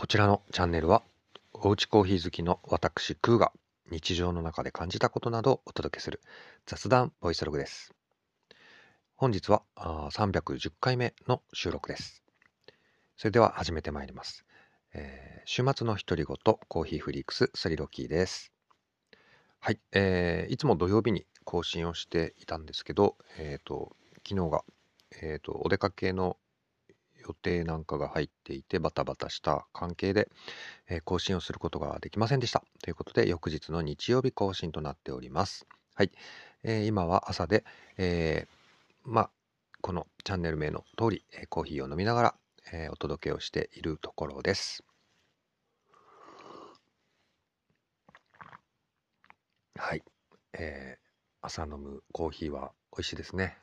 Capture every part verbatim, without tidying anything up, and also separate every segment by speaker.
Speaker 1: こちらのチャンネルは、おうちコーヒー好きの私、クーが日常の中で感じたことなどをお届けする雑談ボイスログです。本日はあーさんびゃくじゅっかいめの収録です。それでは始めてまいります。えー週末の独り言コーヒーフリークススリロキーです。はい、えーいつも土曜日に更新をしていたんですけど、えーと、昨日が、えーと、お出かけの予定なんかが入っていてバタバタした関係で、えー更新をすることができませんでした。ということで、翌日の日曜日更新となっております。はい。えー今は朝で、えーまあ、このチャンネル名の通り、えーコーヒーを飲みながら、えーお届けをしているところです。はい。えー朝飲むコーヒーは美味しいですね。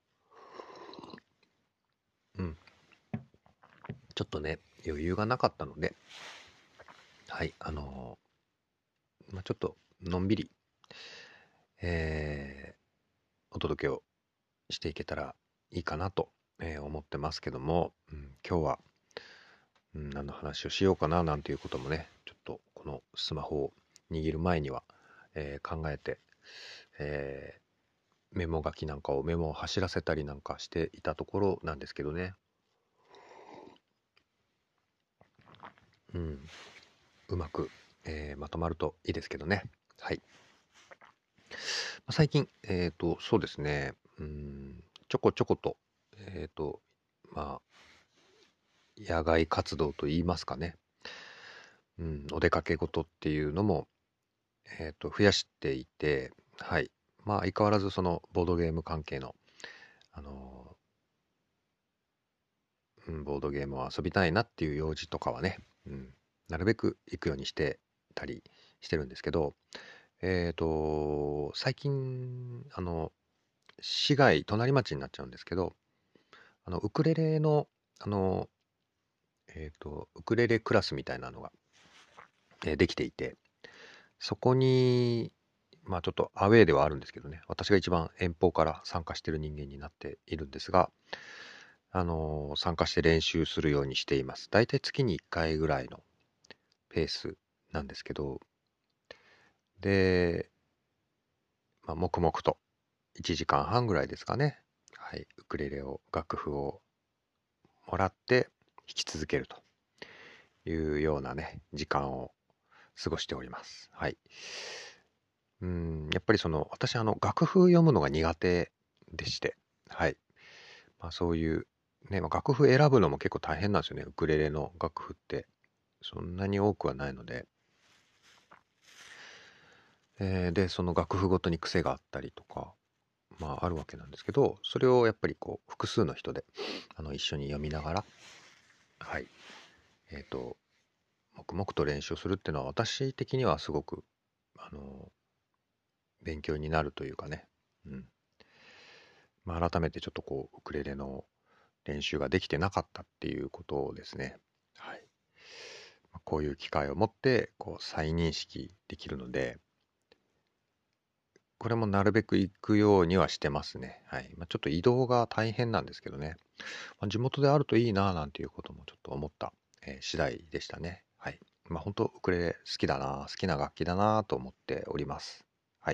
Speaker 1: うん。ちょっとね、余裕がなかったので、はい。あのーまあ、ちょっとのんびり、えーお届けをしていけたらいいかなと、えー思ってますけども、うん、今日は、うん、何の話をしようかななんていうこともね、ちょっとこのスマホを握る前には、えー考えて、えーメモ書きなんかをメモを走らせたりなんかしていたところなんですけどね、うん、うまく、えーまとまるといいですけどね。はい。最近、えっと、そうですね、うん、ちょこちょこと、えっと、まあ、野外活動といいますかね、うん、お出かけごとっていうのも、えっと、増やしていて、はい。まあ、相変わらずそのボードゲーム関係の、あのうん、ボードゲームを遊びたいなっていう用事とかはね、うん、なるべく行くようにしてたりしてるんですけど、えっと、最近、あの、市街、隣町になっちゃうんですけど、あの、ウクレレの、あの、えっと、ウクレレクラスみたいなのが、えーできていて、そこに、まあちょっとアウェーではあるんですけどね、私が一番遠方から参加している人間になっているんですが、あのー参加して練習するようにしています。だいたい月にいっかいぐらいのペースなんですけど、で、まあ、黙々といちじかんはんぐらいですかね。はい、ウクレレを、楽譜をもらって弾き続けるというようなね、時間を過ごしております。はい。うん、やっぱりその、私あの、楽譜読むのが苦手でして、はい。まあそういう、ね、まあ、楽譜選ぶのも結構大変なんですよね。ウクレレの楽譜って。そんなに多くはないので。えーで、その楽譜ごとに癖があったりとか、まああるわけなんですけど、それをやっぱりこう、複数の人で、あの、一緒に読みながら、はい。えっと、黙々と練習するっていうのは私的にはすごく、あの、勉強になるというかね。うん。まあ改めてちょっとこう、ウクレレの練習ができてなかったっていうことをですね、はい。まあこういう機会を持って、こう、再認識できるので、これもなるべく行くようにはしてますね。はい。まあ、ちょっと移動が大変なんですけどね。まあ、地元であるといいななんていうこともちょっと思った、えー次第でしたね。はい。まあ本当ウクレレ好きだな、好きな楽器だなと思っております。はい。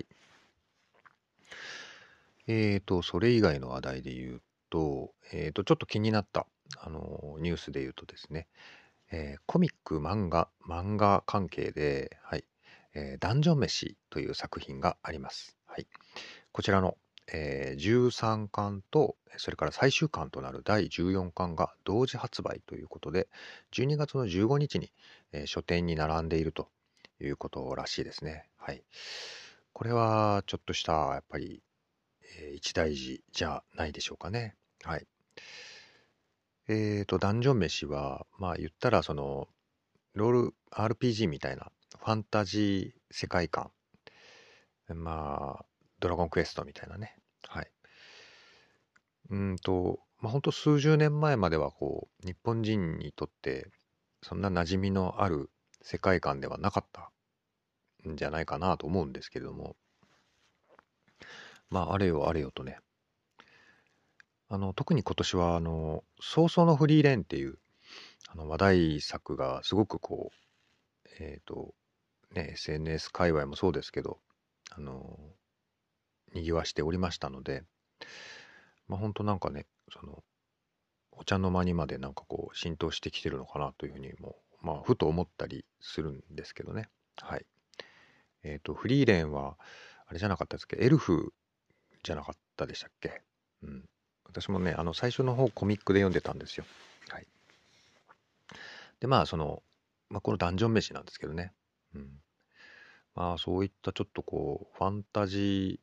Speaker 1: えーと、それ以外の話題で言うと、えーと、ちょっと気になった、あのーニュースで言うとですね、えーコミック、漫画、漫画関係で、はい、えーダンジョン飯という作品があります。はい。こちらの、えーじゅうさんかんと、それから最終巻となるだいじゅうよんかんが同時発売ということで、じゅうにがつのじゅうごにちに、えー書店に並んでいるということらしいですね。はい。これはちょっとした、やっぱり、えー一大事じゃないでしょうかね。はい。えーと、ダンジョン飯は、まあ言ったら、その、ロール アールピージー みたいなファンタジー世界観、まあ、ドラゴンクエストみたいなね。はい。うーんと、まあ、ほんと数十年前まではこう、日本人にとってそんな馴染みのある世界観ではなかったんじゃないかなと思うんですけれども、まあ、あれよあれよとね、あの、特に今年は、あの、早々のフリーレンっていう、 あの話題作がすごくこう、えっと、ね、エスエヌエス 界隈もそうですけど、あの、賑わしておりましたので、まあ、本当なんかね、その、お茶の間にまでなんかこう浸透してきてるのかなというふうにも、まあ、ふと思ったりするんですけどね。はい。えっと、フリーレンは、あれじゃなかったですっけ、エルフじゃなかったでしたっけ。うん。私もね、あの、最初の方コミックで読んでたんですよ。はい。で、まあ、その、まあ、このダンジョン飯なんですけどね。うん。まあ、そういったちょっとこう、ファンタジ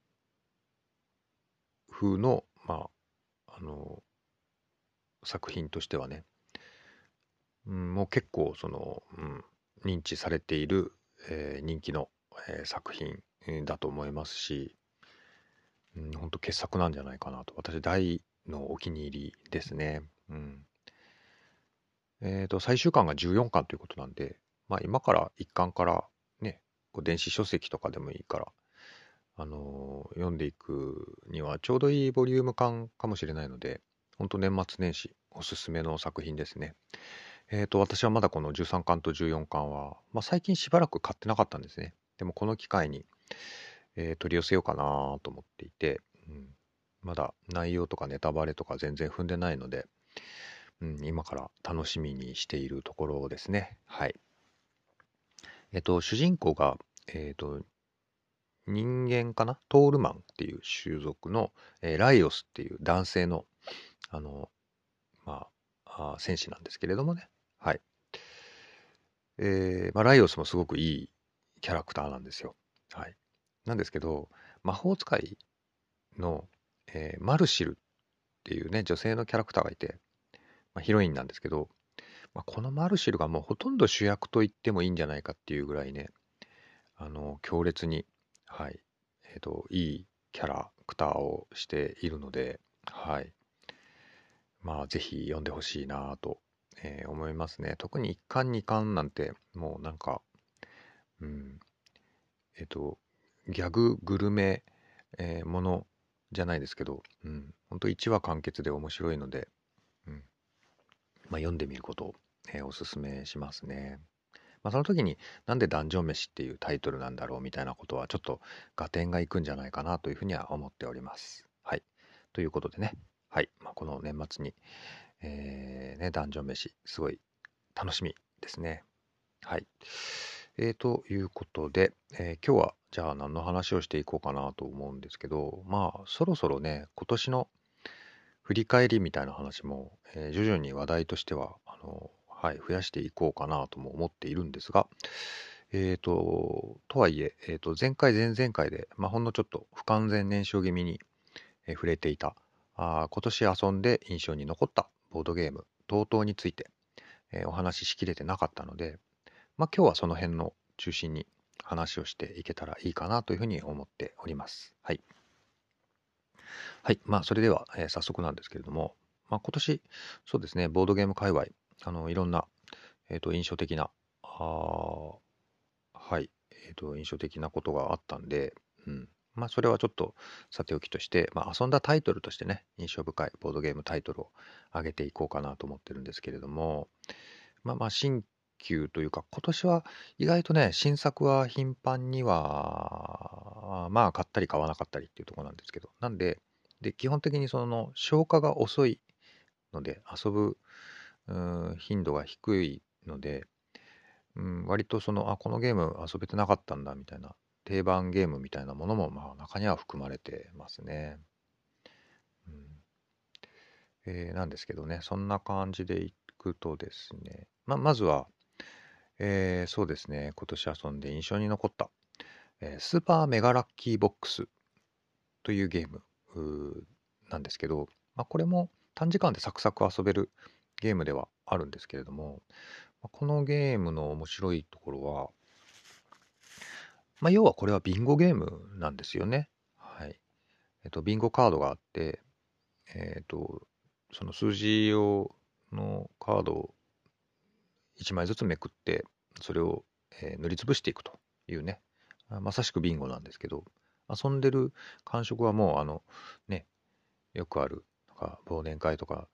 Speaker 1: ー風の、まあ、あの、作品としてはね、うん、もう結構、その、うん、認知されている、えー人気の、えー作品えーだと思いますし、うん、本当傑作なんじゃないかなと。私、大のお気に入りですね。うん。えっと、最終巻がじゅうよんかんということなんで、まあ、今からいっかんからね、こう電子書籍とかでもいいから、あのー読んでいくにはちょうどいいボリューム感かもしれないので、本当年末年始おすすめの作品ですね。えっと、私はまだこのじゅうさんかんとじゅうよんかんは、まあ、最近しばらく買ってなかったんですね。でもこの機会に、えー取り寄せようかなと思っていて、うん、まだ内容とかネタバレとか全然踏んでないので、うん、今から楽しみにしているところですね。はい。えっと、主人公が、えっと、人間かなトールマンっていう種族の、えーライオスっていう男性の、あの、まあ、あ戦士なんですけれどもね。はい。えーまあ、ライオスもすごくいいキャラクターなんですよ。はい。なんですけど、魔法使いの、えーマルシルっていうね、女性のキャラクターがいて、まあ、ヒロインなんですけど、まあ、このマルシルがもうほとんど主役と言ってもいいんじゃないかっていうぐらいね、あの、強烈に、はい、えっと、いいキャラクターをしているので、はい。まあ、ぜひ読んでほしいなと、えー思いますね。特にいっかん、にかんなんて、もうなんか、うん、えっと、ギャググルメ、えーものじゃないですけど、うん、本当いちわ完結で面白いので、うん、まあ、読んでみることを、えーおすすめしますね。まあ、その時になんでダンジョン飯っていうタイトルなんだろうみたいなことはちょっと合点がいくんじゃないかなというふうには思っております。はい。ということでね、はい。まあ、この年末に、えーね、ダンジョン飯、すごい楽しみですね。はい。えー、ということで、えー今日はじゃあ何の話をしていこうかなと思うんですけど、まあそろそろね、今年の振り返りみたいな話も、えー徐々に話題としては、あの、はい、増やしていこうかなとも思っているんですが、えーと、とはいえ、えーと、前回、前々回で、まあ、ほんのちょっと不完全燃焼気味に、えー触れていた、あー今年遊んで印象に残ったボードゲーム、等々について、えーお話ししきれてなかったので、まあ、今日はその辺の中心に話をしていけたらいいかなというふうに思っております。はい。はい。まあ、それでは、えー早速なんですけれども、まあ、今年、そうですね、ボードゲーム界隈、あの、いろんな、えっと、印象的な、あーはい、えっと、印象的なことがあったんで、うん。まあ、それはちょっとさておきとして、まあ、遊んだタイトルとしてね、印象深いボードゲームタイトルを上げていこうかなと思ってるんですけれども、まあまあ、新旧というか、今年は意外とね、新作は頻繁には、まあ、買ったり買わなかったりっていうところなんですけど、なんで、で、基本的にその消化が遅いので、遊ぶうーん頻度が低いので、うん、割とその、あ、このゲーム遊べてなかったんだみたいな、定番ゲームみたいなものも、まあ、中には含まれてますね。うんえーなんですけどね、そんな感じでいくとですね、まあ、まずは、えーそうですね、今年遊んで印象に残った、えースーパーメガラッキーボックスというゲームうーなんですけど、まあ、これも短時間でサクサク遊べるゲームではあるんですけれども、まあこのゲームの面白いところは、まあ、要はこれはビンゴゲームなんですよね。はい。えっと、ビンゴカードがあって、えっと、その数字を、のカードをいちまいずつめくって、それを、えー塗りつぶしていくというね、あまさしくビンゴなんですけど、遊んでる感触はもう、あの、ね、よくある、なんか忘年会とか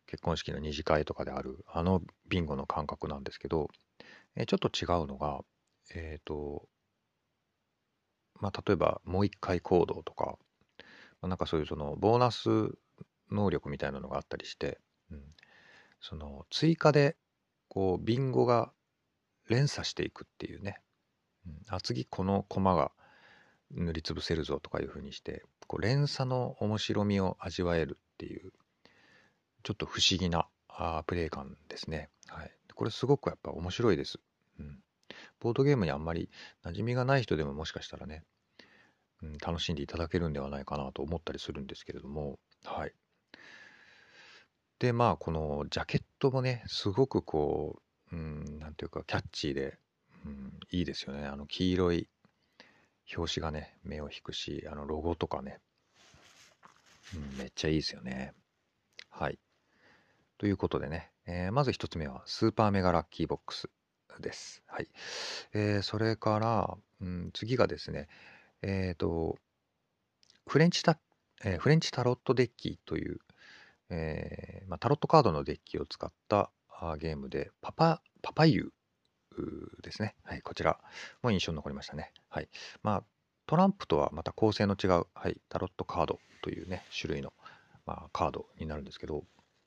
Speaker 1: 結婚式の二次会とかであるあのビンゴの感覚なんですけど、えーちょっと違うのが、えっと、まあ、例えばもう一回行動とか、まあなんかそういうそのボーナス能力みたいなのがあったりして、うん、その追加でこうビンゴが連鎖していくっていうね、うん、あ次このコマが塗りつぶせるぞとかいう風にしてこう連鎖の面白みを味わえるっていうちょっと不思議なあープレイ感ですね。はい、これすごくやっぱ面白いです。うん、ボードゲームにあんまり馴染みがない人でももしかしたらね、うん、楽しんでいただけるんではないかなと思ったりするんですけれども、はい。で、まあ、このジャケットもね、すごくこう、うん、なんていうか、キャッチーで、うん、いいですよね。あの、黄色い表紙がね、目を引くし、あの、ロゴとかね、うん、めっちゃいいですよね。はい。ということでね、えーまず一つ目は、スーパーメガラッキーボックスです。はい。えーそれから、うん、次がですね、えっと、フレンチタ、えーフレンチタロットデッキという、えーまあ、タロットカードのデッキを使ったあーゲームで、パパ、パパユーですね。はい、こちらも印象に残りましたね。はい。まあ、トランプとはまた構成の違う、はい、タロットカードというね、種類の、まあ、カードになるんですけど、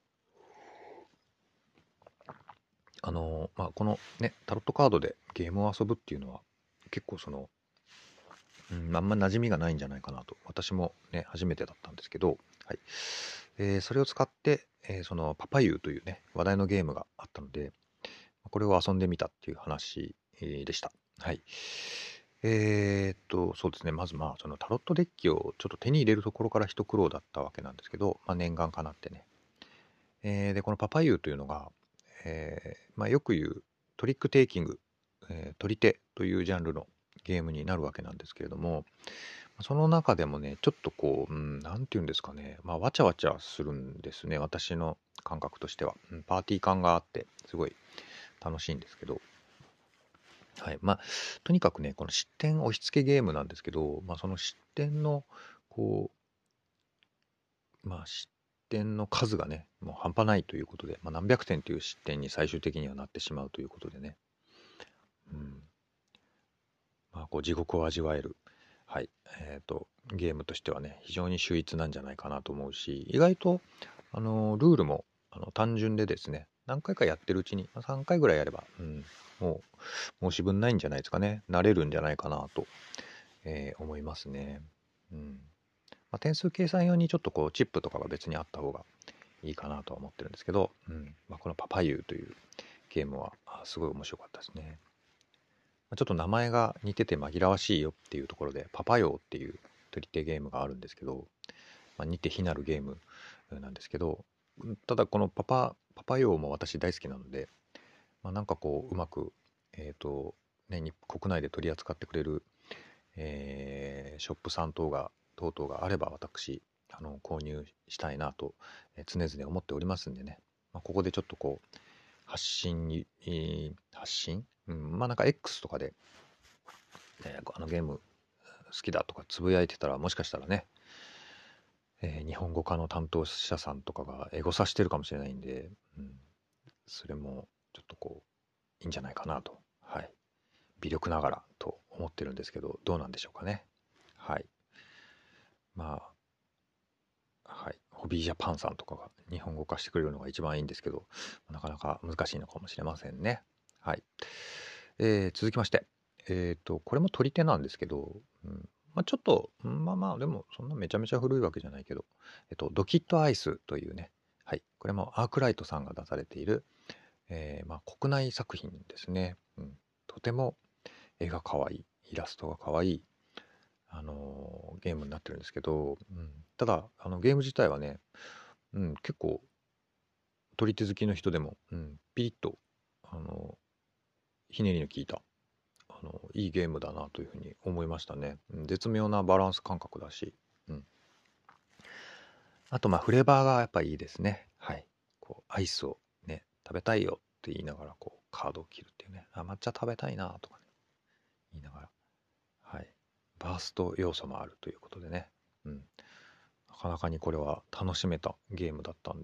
Speaker 1: あのーまあ、このね、タロットカードでゲームを遊ぶっていうのは、結構その、うん、あんま馴染みがないんじゃないかなと。私もね、初めてだったんですけど、はい。えーそれを使って、えーそのパパユーというね、話題のゲームがあったので、これを遊んでみたっていう話えーでした。はい。えーっと、そうですね。まずまあ、そのタロットデッキをちょっと手に入れるところから一苦労だったわけなんですけど、まあ念願かなってね。えーで、このパパユーというのが、えーまあよく言うトリックテイキング、えー取り手というジャンルのゲームになるわけなんですけれども、その中でもね、ちょっとこう、うん、なんて言うんですかね、まあ、わちゃわちゃするんですね、私の感覚としては。うん、パーティー感があって、すごい楽しいんですけど、はい。まあ、とにかくね、この失点押し付けゲームなんですけど、まあ、その失点の、こう、まあ、失点の数がね、もう半端ないということで、まあ、何百点という失点に最終的にはなってしまうということでね、うん、まあ、こう地獄を味わえる、はい、えっと、ゲームとしてはね、非常に秀逸なんじゃないかなと思うし、意外と、あの、ルールも、あの、単純でですね、何回かやってるうちに、まあさんかいぐらいやれば、うん、もう、申し分ないんじゃないですかね。慣れるんじゃないかなと、えー思いますね。うん。まあ、点数計算用にちょっとこう、チップとかが別にあった方がいいかなとは思ってるんですけど、うん。まあ、このパパユーというゲームは、あすごい面白かったですね。ちょっと名前が似てて紛らわしいよっていうところで、パパヨーっていう取り手ゲームがあるんですけど、まあ、似て非なるゲームなんですけど、ただこのパパ、パパヨーも私大好きなので、まあ、なんかこう、うまく、えっと、ね、に国内で取り扱ってくれる、えーショップさん等が、等々があれば私、あの、購入したいなと、えー常々思っておりますんでね、まあ、ここでちょっとこう、発信に、えー発信うん、まあなんか X とかで、ね、あのゲーム好きだとかつぶやいてたらもしかしたらね、えー日本語化の担当者さんとかがエゴサしてるかもしれないんで、うん、それもちょっとこういいんじゃないかなと、はい、微力ながらと思ってるんですけど、どうなんでしょうかね。はい。まあ、はい。ホビージャパンさんとかが日本語化してくれるのが一番いいんですけど、なかなか難しいのかもしれませんね。はい。えー続きまして、えっと、これも取り手なんですけど、うん、まあ、ちょっと、うんまあまあ、でも、そんなめちゃめちゃ古いわけじゃないけど、えっと、ドキッドアイスというね、はい、これもアークライトさんが出されている、えーまあ、国内作品ですね。うん、とても絵が可愛い、イラストが可愛い、あのーゲームになってるんですけど、うん、ただ、あのゲーム自体はね、うん、結構、取り手好きの人でも、うん、ピリッと、あのひねりの効いたあのいいゲームだなというふうに思いましたね。うん絶妙なバランス感覚だし、うん、あとまあフレーバーがやっぱいいですね。はい。こうアイスをね食べたいよって言いながらこうカードを切るっていうね、あ抹茶食べたいなとかね言いながら、はい。バースト要素もあるということでね、うん、なかなかにこれは楽しめたゲームだったんで、は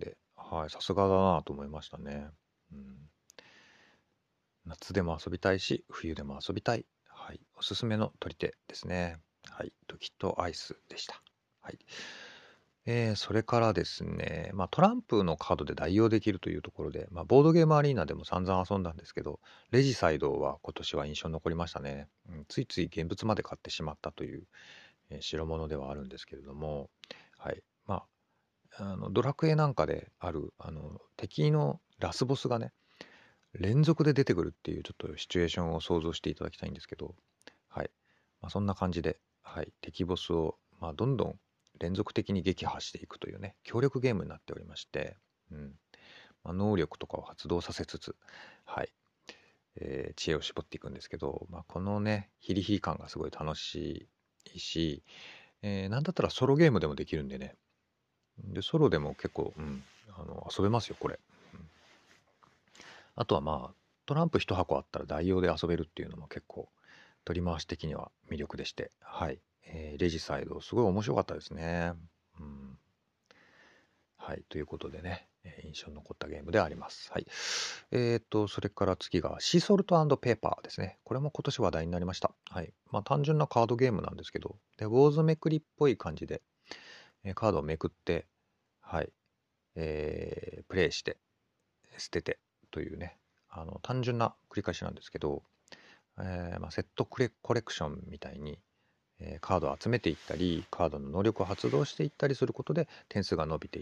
Speaker 1: はい、さすがだなと思いましたね。うん、夏でも遊びたいし、冬でも遊びたい。はい、おすすめの取り手ですね。はい、時とアイスでした。はい。えーそれからですね、まあ、トランプのカードで代用できるというところで、まあ、ボードゲームアリーナでも散々遊んだんですけど、レジサイドは今年は印象に残りましたね。うん、ついつい現物まで買ってしまったという、えー代物ではあるんですけれども、はい。まあ、あのドラクエなんかであるあの敵のラスボスがね、連続で出てくるっていうちょっとシチュエーションを想像していただきたいんですけど、はい。まあ、そんな感じで、はい、敵ボスを、まあ、どんどん連続的に撃破していくというね、協力ゲームになっておりまして、うん。まあ、能力とかを発動させつつ、はい、えー知恵を絞っていくんですけど、まあ、このね、ヒリヒリ感がすごい楽しいし、えーなんだったらソロゲームでもできるんでね、で、ソロでも結構、うん、あの遊べますよ、これ。うん、あとはまあ、トランプ一箱あったら代用で遊べるっていうのも結構、取り回し的には魅力でして、はい。えーレジサイド、すごい面白かったですね。うん。はい。ということでね、えー印象に残ったゲームであります。はい。えーと、それから次が、シーソルトペーパーですね。これも今年話題になりました。はい。まあ、単純なカードゲームなんですけど、で、ウォーズめくりっぽい感じで、えーカードをめくって、はい。えープレイして、捨ててというね、あの、単純な繰り返しなんですけど、えーまあ、セットクレコレクションみたいに、えーカードを集めていったり、カードの能力を発動していったりすることで点数が伸びていって、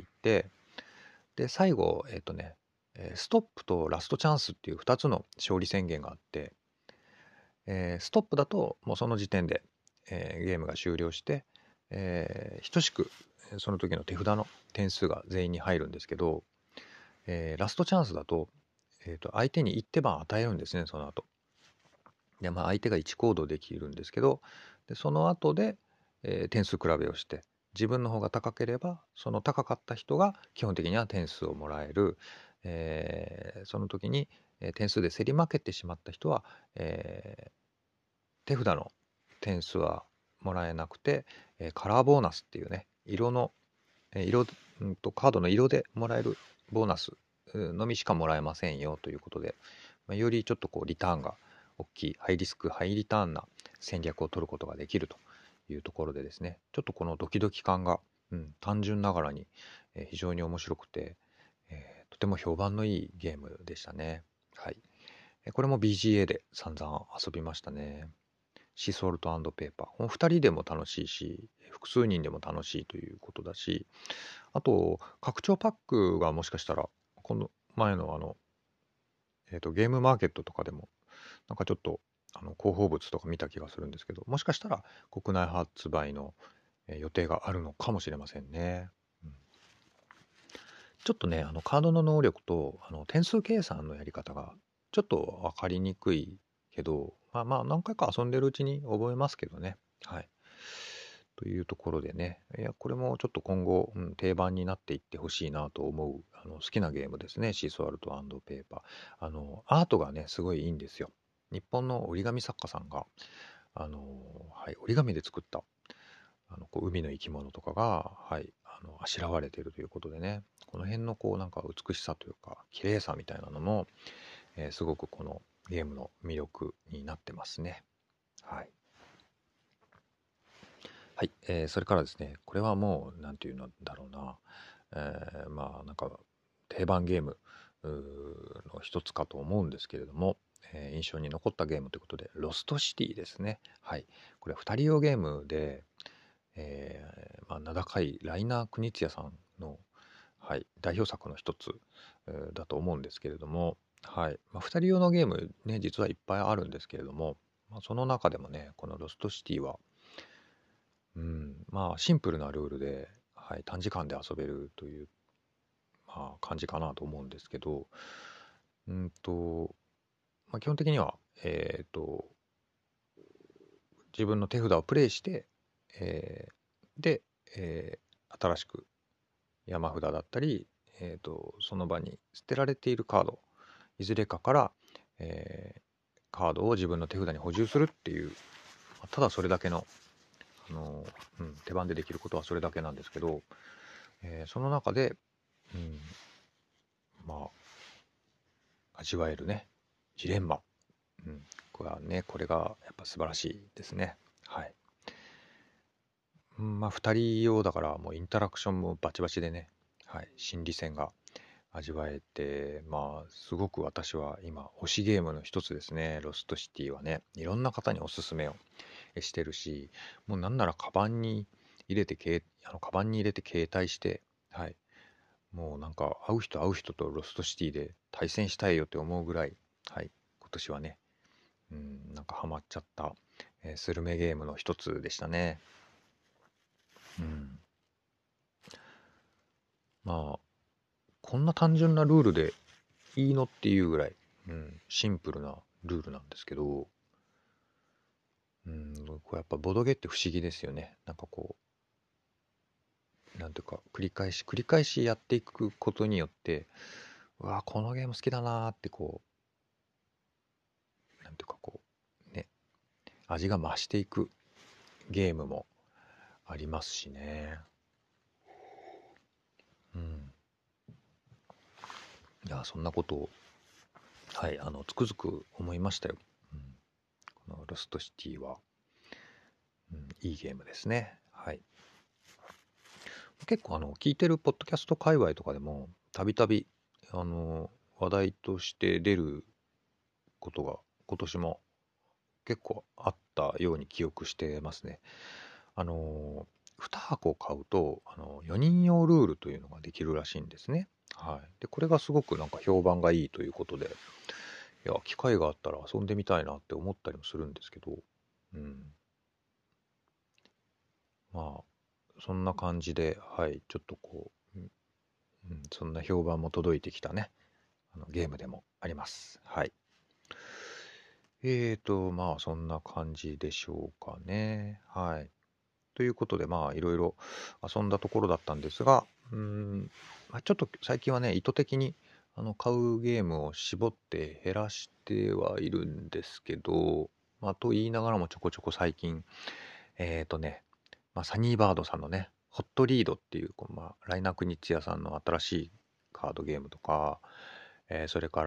Speaker 1: で、最後、えっとね、えーストップとラストチャンスっていうふたつの勝利宣言があって、えーストップだともうその時点で、えーゲームが終了して、えー等しくその時の手札の点数が全員に入るんですけど、えーラストチャンスだと、えーと相手にいってばん与えるんですね、その後。で、まあ、相手がいち行動できるんですけど、でその後で、えー点数比べをして、自分の方が高ければ、その高かった人が基本的には点数をもらえる。えーその時に、えー点数で競り負けてしまった人は、えー手札の点数はもらえなくて、えーカラーボーナスっていうね、色の、えー色、うんと、カードの色でもらえるボーナスのみしかもらえませんよということで、まあ、よりちょっとこうリターンが大きい、ハイリスクハイリターンな戦略を取ることができるというところでですね、ちょっとこのドキドキ感が、うん、単純ながらに、えー非常に面白くて、えーとても評判のいいゲームでしたね。はい。えーこれも ビージーエー で散々遊びましたね。シーソルトペーパー。このふたりでも楽しいし、複数人でも楽しいということだし、あと、拡張パックがもしかしたら、この前のあの、えーと、ゲームマーケットとかでも、なんかちょっと、あの、広報物とか見た気がするんですけど、もしかしたら国内発売のえー予定があるのかもしれませんね。うん、ちょっとね、あの、カードの能力と、あの、点数計算のやり方が、ちょっとわかりにくいけど、まあまあ、何回か遊んでるうちに覚えますけどね。はい。というところでね、いや、これもちょっと今後、うん、定番になっていってほしいなと思う、あの、好きなゲームですね。シーソルトペーパー。あの、アートがね、すごいいいんですよ。日本の折り紙作家さんが、あの、はい、折り紙で作った、あの、こう海の生き物とかが、はい、あの、あしらわれているということでね、この辺のこう、なんか美しさというか、綺麗さみたいなのも、えーすごくこのゲームの魅力になってますね。はい。はい、えーそれからですね、これはもう、なんていうのだろうな、えーまあ、なんか、定番ゲームうーの一つかと思うんですけれども、えー印象に残ったゲームということで、ロストシティですね。はい。これはふたり用ゲームで、えーまあ、名高いライナー・クニツヤさんの、はい、代表作の一つ、えーだと思うんですけれども、はいまあ、ふたり用のゲームね、実はいっぱいあるんですけれども、まあ、その中でもね、このロストシティは、うん、まあシンプルなルールで、はい、短時間で遊べるという、まあ、感じかなと思うんですけど、うんと、まあ、基本的には、えっと、自分の手札をプレイして、えーで、えー新しく山札だったり、えーと、その場に捨てられているカード、いずれかから、えーカードを自分の手札に補充するっていう、ただそれだけの、あのうん、手番でできることはそれだけなんですけど、えーその中で、うん、 まあ、味わえるね、ジレンマ。うん。これはね、これがやっぱ素晴らしいですね。はい。うん、まあ、ふたり用だから、もうインタラクションもバチバチでね、はい、心理戦が味わえて、まあ、すごく私は今、推しゲームの一つですね、ロストシティはね、いろんな方におすすめをしてるし、もうなんならカバンに入れてけい、あの、カバンに入れて携帯して、はい、もうなんか、会う人会う人とロストシティで対戦したいよって思うぐらい、はい、今年はね、うん、なんかハマっちゃった、えースルメゲームの一つでしたね。うん。まあ、こんな単純なルールでいいのっていうぐらい、うん、シンプルなルールなんですけど、うん、これやっぱボドゲって不思議ですよね。なんかこう、なんていうか、繰り返し繰り返しやっていくことによって、うわ、このゲーム好きだなーってこう、なんていうかこう、ね、味が増していくゲームもありますしね。うん。いや、そんなことを、はい、あの、つくづく思いましたよ。うん、このロストシティは、うん、いいゲームですね。はい。結構あの聞いてるポッドキャスト界隈とかでもたびたびあの話題として出ることが今年も結構あったように記憶してますね。あのに箱買うとあのよにん用ルールというのができるらしいんですね。はい。でこれがすごくなんか評判がいいということで、いや機会があったら遊んでみたいなって思ったりもするんですけど、うん、まあそんな感じで、はい、ちょっとこう、うん、そんな評判も届いてきたね、あのゲームでもあります。はい。えーと、まあ、そんな感じでしょうかね。はい。ということで、まあ、いろいろ遊んだところだったんですが、うーん、まあ、ちょっと最近はね、意図的にあの買うゲームを絞って減らしてはいるんですけど、まあ、と言いながらもちょこちょこ最近、えーとね、まあ、サニーバードさんのね、ホットリードっていう、こうまあ、ライナークニッチ屋さんの新しいカードゲームとか、えーそれから、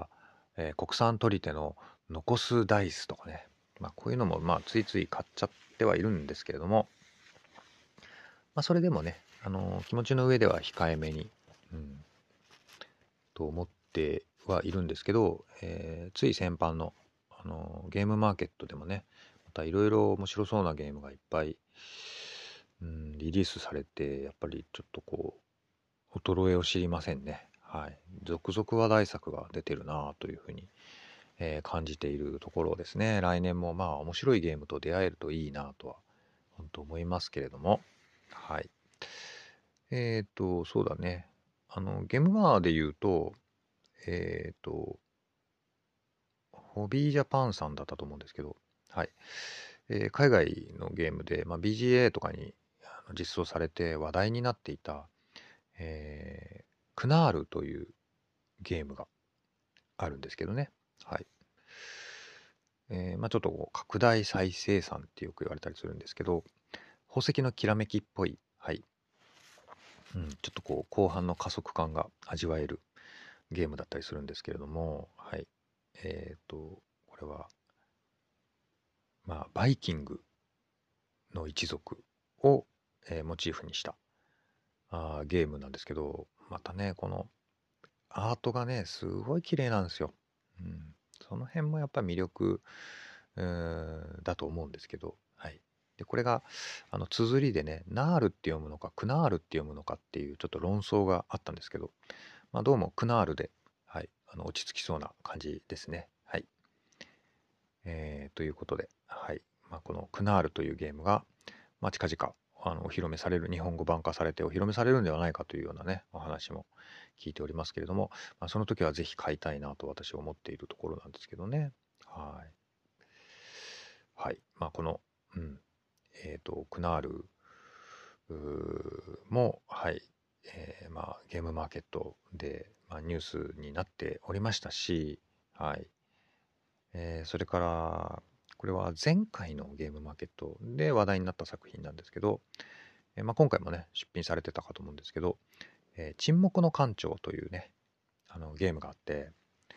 Speaker 1: えー国産取り手の残すダイスとかね、まあ、こういうのも、まあ、ついつい買っちゃってはいるんですけれども、まあ、それでもね、あのー気持ちの上では控えめに、うん、と思ってはいるんですけど、えーつい先般の、あのーゲームマーケットでもね、またいろいろ面白そうなゲームがいっぱい、うん、リリースされて、やっぱりちょっとこう、衰えを知りませんね。はい。続々話題作が出てるなというふうに、えー感じているところですね。来年もまあ面白いゲームと出会えるといいなとは、本当思いますけれども。はい。えっと、そうだね。あの、ゲームマーで言うと、えっと、ホビージャパンさんだったと思うんですけど、はい。えー海外のゲームで、まあ、ビージーエー とかにあの実装されて話題になっていた、えークナールというゲームがあるんですけどね。はい。えーまあ、ちょっとこう拡大再生産ってよく言われたりするんですけど、宝石のきらめきっぽい、はい。うん、ちょっとこう後半の加速感が味わえるゲームだったりするんですけれども、はい。えっと、これは、まあ、バイキングの一族を、えーモチーフにしたあーゲームなんですけど、またね、このアートがね、すごい綺麗なんですよ。うん。その辺もやっぱり魅力、うーんだと思うんですけど、はい。で、これが、あの、綴りでね、ナールって読むのか、クナールって読むのかっていうちょっと論争があったんですけど、まあ、どうもクナールで、はい、あの、落ち着きそうな感じですね。はい。えーということで、はい。まあ、このクナールというゲームが、まあ、近々、あの、お披露目される、日本語版化されてお披露目されるんではないかというようなね、お話も聞いておりますけれども、まあ、その時はぜひ買いたいなと私は思っているところなんですけどね。はい。はい。まあ、この、うん、えっと、クナールうーも、はい、えーまあ、ゲームマーケットで、まあ、ニュースになっておりましたし、はい。えーそれから、これは前回のゲームマーケットで話題になった作品なんですけど、えーまあ、今回もね、出品されてたかと思うんですけど、えー沈黙の艦長というね、 あのゲームがあって、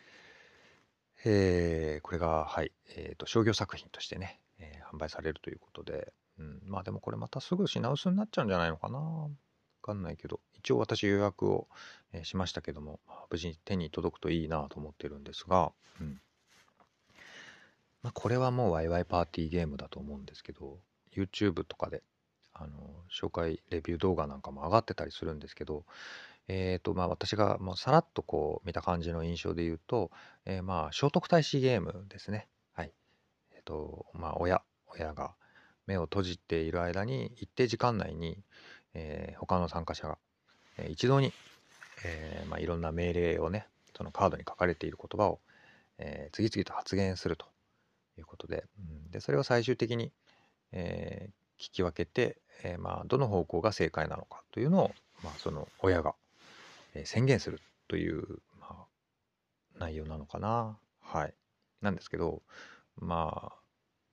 Speaker 1: えーこれが、はい、えーと、商業作品としてね、えー販売されるということで、うん、まあでもこれまたすぐ品薄になっちゃうんじゃないのかな。わかんないけど、一応私予約を、えーしましたけども、まあ無事に手に届くといいなと思ってるんですが、うん、まあ、これはもうワイワイパーティーゲームだと思うんですけど、YouTube とかで、あの、紹介、レビュー動画なんかも上がってたりするんですけど、えーと、まあ私がもうさらっとこう見た感じの印象で言うと、えーまあ聖徳太子ゲームですね。はい。えっと、まあ親、親が目を閉じている間に一定時間内に、えー他の参加者が、えー一度に、えーまあ、いろんな命令をね、そのカードに書かれている言葉を、えー次々と発言するということで、うん、でそれを最終的に、えー聞き分けて、えーまあ、どの方向が正解なのかというのを、まあ、その親が、えー宣言するという、まあ、内容なのかな。はい。なんですけど、まあ、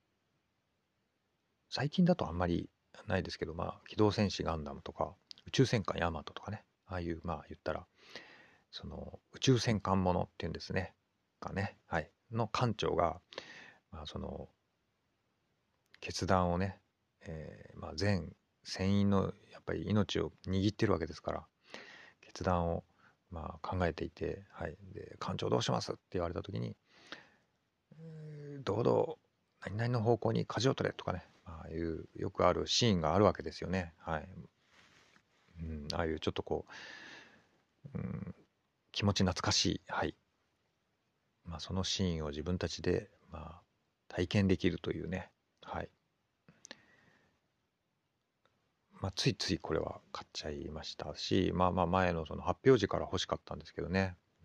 Speaker 1: 最近だとあんまりないですけど、まあ、機動戦士ガンダムとか、宇宙戦艦ヤマトとかね、ああいう、まあ言ったら、その宇宙戦艦ものっていうんですね、がね、はい、の艦長が、まあ、その決断をね、えーまあ、全船員のやっぱり命を握ってるわけですから、決断をまあ考えていて、はい、で艦長どうしますって言われた時に、堂々何々の方向に舵を取れとかね、ああいうよくあるシーンがあるわけですよね。はい。うん、ああいうちょっとこう、うん、気持ち懐かしい、はい。まあ、そのシーンを自分たちで、まあ、体験できるというね。はい。まあ、ついついこれは買っちゃいましたし、まあまあ前のその発表時から欲しかったんですけどね。うん、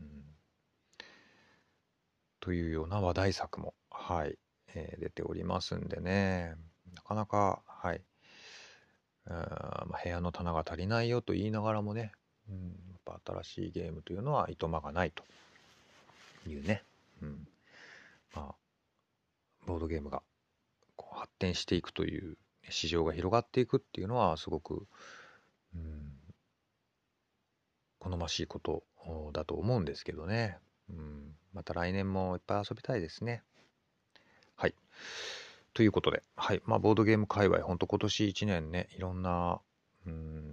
Speaker 1: というような話題作も、はい、えー出ておりますんでね。なかなか、はい。うん、まあ、部屋の棚が足りないよと言いながらもね、うん、やっぱ新しいゲームというのはいとまがないというね、うん、まあ、ボードゲームがこう発展していくという、市場が広がっていくっていうのはすごく、うん、好ましいことだと思うんですけどね、うん、また来年もいっぱい遊びたいですね。はい。ということで、はい。まあ、ボードゲーム界隈、本当今年いちねんね、いろんな、うん、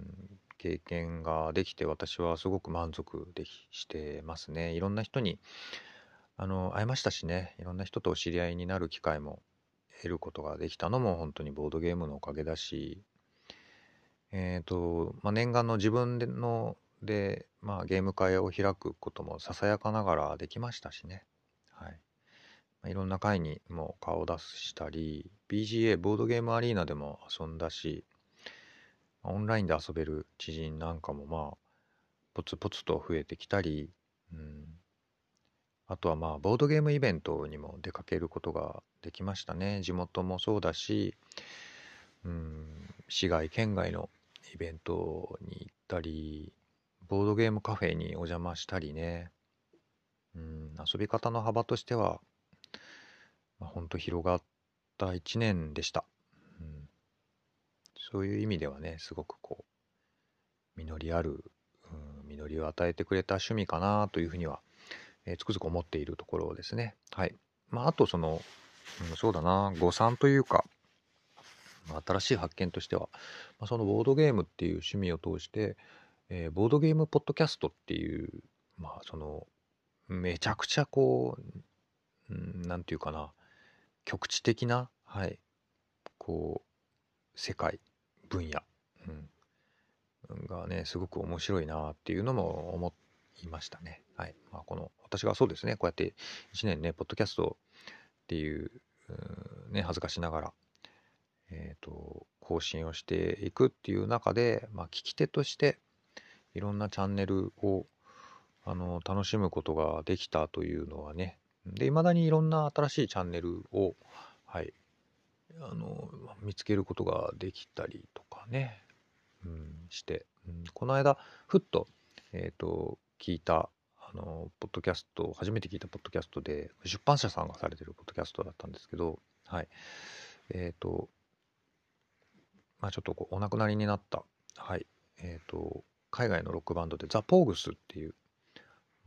Speaker 1: 経験ができて、私はすごく満足できしてますね。いろんな人に、あの、会えましたしね、いろんな人とお知り合いになる機会も得ることができたのも、本当にボードゲームのおかげだし、えっと、まあ、念願の自分での、で、まあ、ゲーム会を開くこともささやかながらできましたしね。はい。まあいろんな会にも顔を出したり、ビージーエー、ボードゲームアリーナでも遊んだし、オンラインで遊べる知人なんかもまあ、ポツポツと増えてきたり、うん、あとはまあ、ボードゲームイベントにも出かけることができましたね。地元もそうだし、うん、市外、県外のイベントに行ったり、ボードゲームカフェにお邪魔したりね、うん、遊び方の幅としては、まあ、ほんと広がった一年でした。うん、そういう意味ではね、すごくこう、実りある、うん、実りを与えてくれた趣味かなというふうには、えーつくづく思っているところですね。はい。まあ、あとその、うん、そうだな、誤算というか、まあ新しい発見としては、まあ、そのボードゲームっていう趣味を通して、えーボードゲームポッドキャストっていう、まあ、その、めちゃくちゃこう、うん、なんていうかな、局地的な、はい、こう、世界、分野、うん、がね、すごく面白いなっていうのも思いましたね。はい。まあ、この、私がそうですね、こうやっていちねんね、ポッドキャストっていう、うんね、恥ずかしながら、えっと、更新をしていくっていう中で、まあ、聞き手としていろんなチャンネルをあの楽しむことができたというのはね、で、未だにいろんな新しいチャンネルを、はい、あの、見つけることができたりとかね、うん、して、うん、この間、ふっと、えっと、聞いた、あの、ポッドキャスト、初めて聞いたポッドキャストで、出版社さんがされてるポッドキャストだったんですけど、はい、えっと、まあ、ちょっとこうお亡くなりになった、はい、えっと、海外のロックバンドでザ・ポーグスっていう、まあ、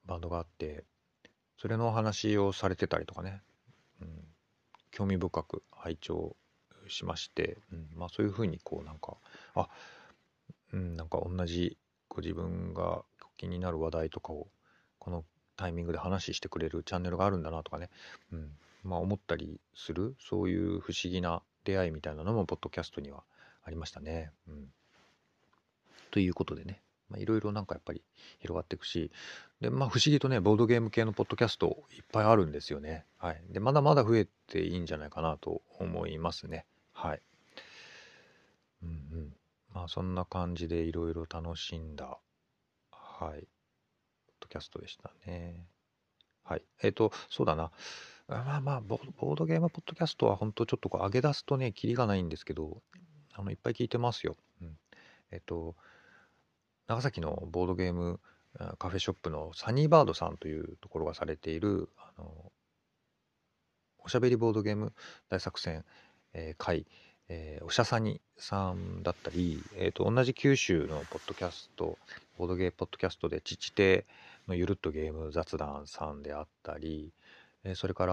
Speaker 1: バンドがあって、それのお話をされてたりとかね、うん、興味深く拝聴しまして、うん、まあそういうふうにこうなんか、あ、うん、なんか同じこう自分が気になる話題とかをこのタイミングで話してくれるチャンネルがあるんだなとかね、うん、まあ思ったりする、そういう不思議な出会いみたいなのもポッドキャストにはありましたね。うん、ということでね、まあいろいろなんかやっぱり広がっていくし、で、まあ不思議とね、ボードゲーム系のポッドキャストいっぱいあるんですよね。はい。で、まだまだ増えていいんじゃないかなと思いますね。はい。うんうん。まあそんな感じでいろいろ楽しんだ、はい、ポッドキャストでしたね。はい。えっ、と、そうだな。あまあまあボ、ボードゲームポッドキャストは本当ちょっとこう上げ出すとね、キリがないんですけど、あの、いっぱい聞いてますよ。うん。えっ、と、長崎のボードゲームあカフェショップのサニーバードさんというところがされている、あの、おしゃべりボードゲーム大作戦、えー会、えーおしゃさにさんだったり、えーと、同じ九州のポッドキャスト、ボードゲーポッドキャストで、ちちてのゆるっとゲーム雑談さんであったり、えーそれから、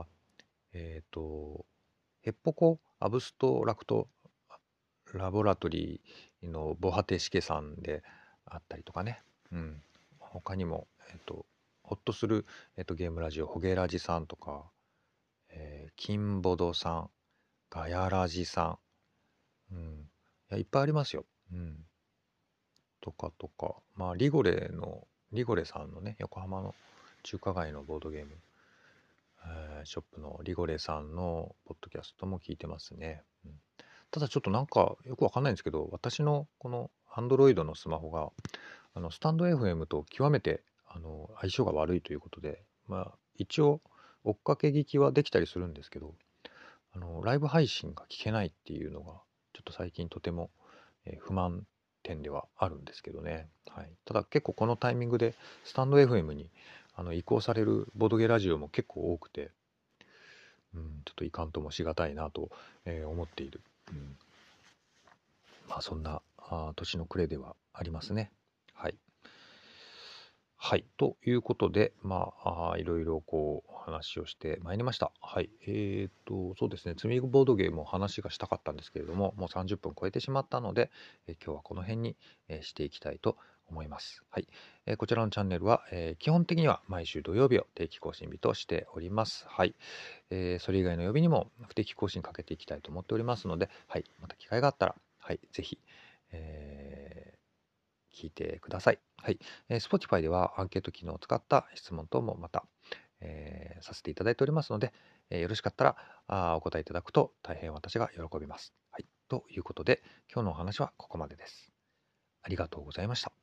Speaker 1: えっ、と、ヘッポコアブストラクトラボラトリーの防波堤しけさんであったりとかね、うん、他にも、えっ、と、ホッとする、えっと、ゲームラジオ、ホゲラジさんとか、えー、キンボドさん、ガヤラジさん、うん、いや、いっぱいありますよ。うん、とかとか、まあ、リゴレの、リゴレさんのね、横浜の中華街のボードゲーム、えーショップのリゴレさんのポッドキャストも聞いてますね。うん、ただちょっとなんかよくわかんないんですけど、私のこの Android のスマホが、あのスタンド エフエム と極めてあの相性が悪いということで、まあ、一応追っかけ聞きはできたりするんですけど、あのライブ配信が聞けないっていうのがちょっと最近とても、えー不満点ではあるんですけどね、はい、ただ結構このタイミングでスタンド エフエム にあの移行されるボードゲラジオも結構多くて、うん、ちょっといかんともしがたいなと、えー思っている、うん、まあそんなあ年の暮れではありますね。はい。はい。ということで、まあ、あーいろいろこう、お話をしてまいりました。はい。えーと、そうですね、積みボードゲームを話がしたかったんですけれども、もうさんじゅっぷん超えてしまったので、えー今日はこの辺に、えーしていきたいと思います。はい。えーこちらのチャンネルは、えー基本的には毎週土曜日を定期更新日としております。はい。えーそれ以外の曜日にも不定期更新かけていきたいと思っておりますので、はい。また機会があったら、はい。ぜひ、えー聞いてください。はい。えー Spotify ではアンケート機能を使った質問等もまた、えーさせていただいておりますので、えーよろしかったらあーお答えいただくと大変私が喜びます。はい。ということで、今日のお話はここまでです。ありがとうございました。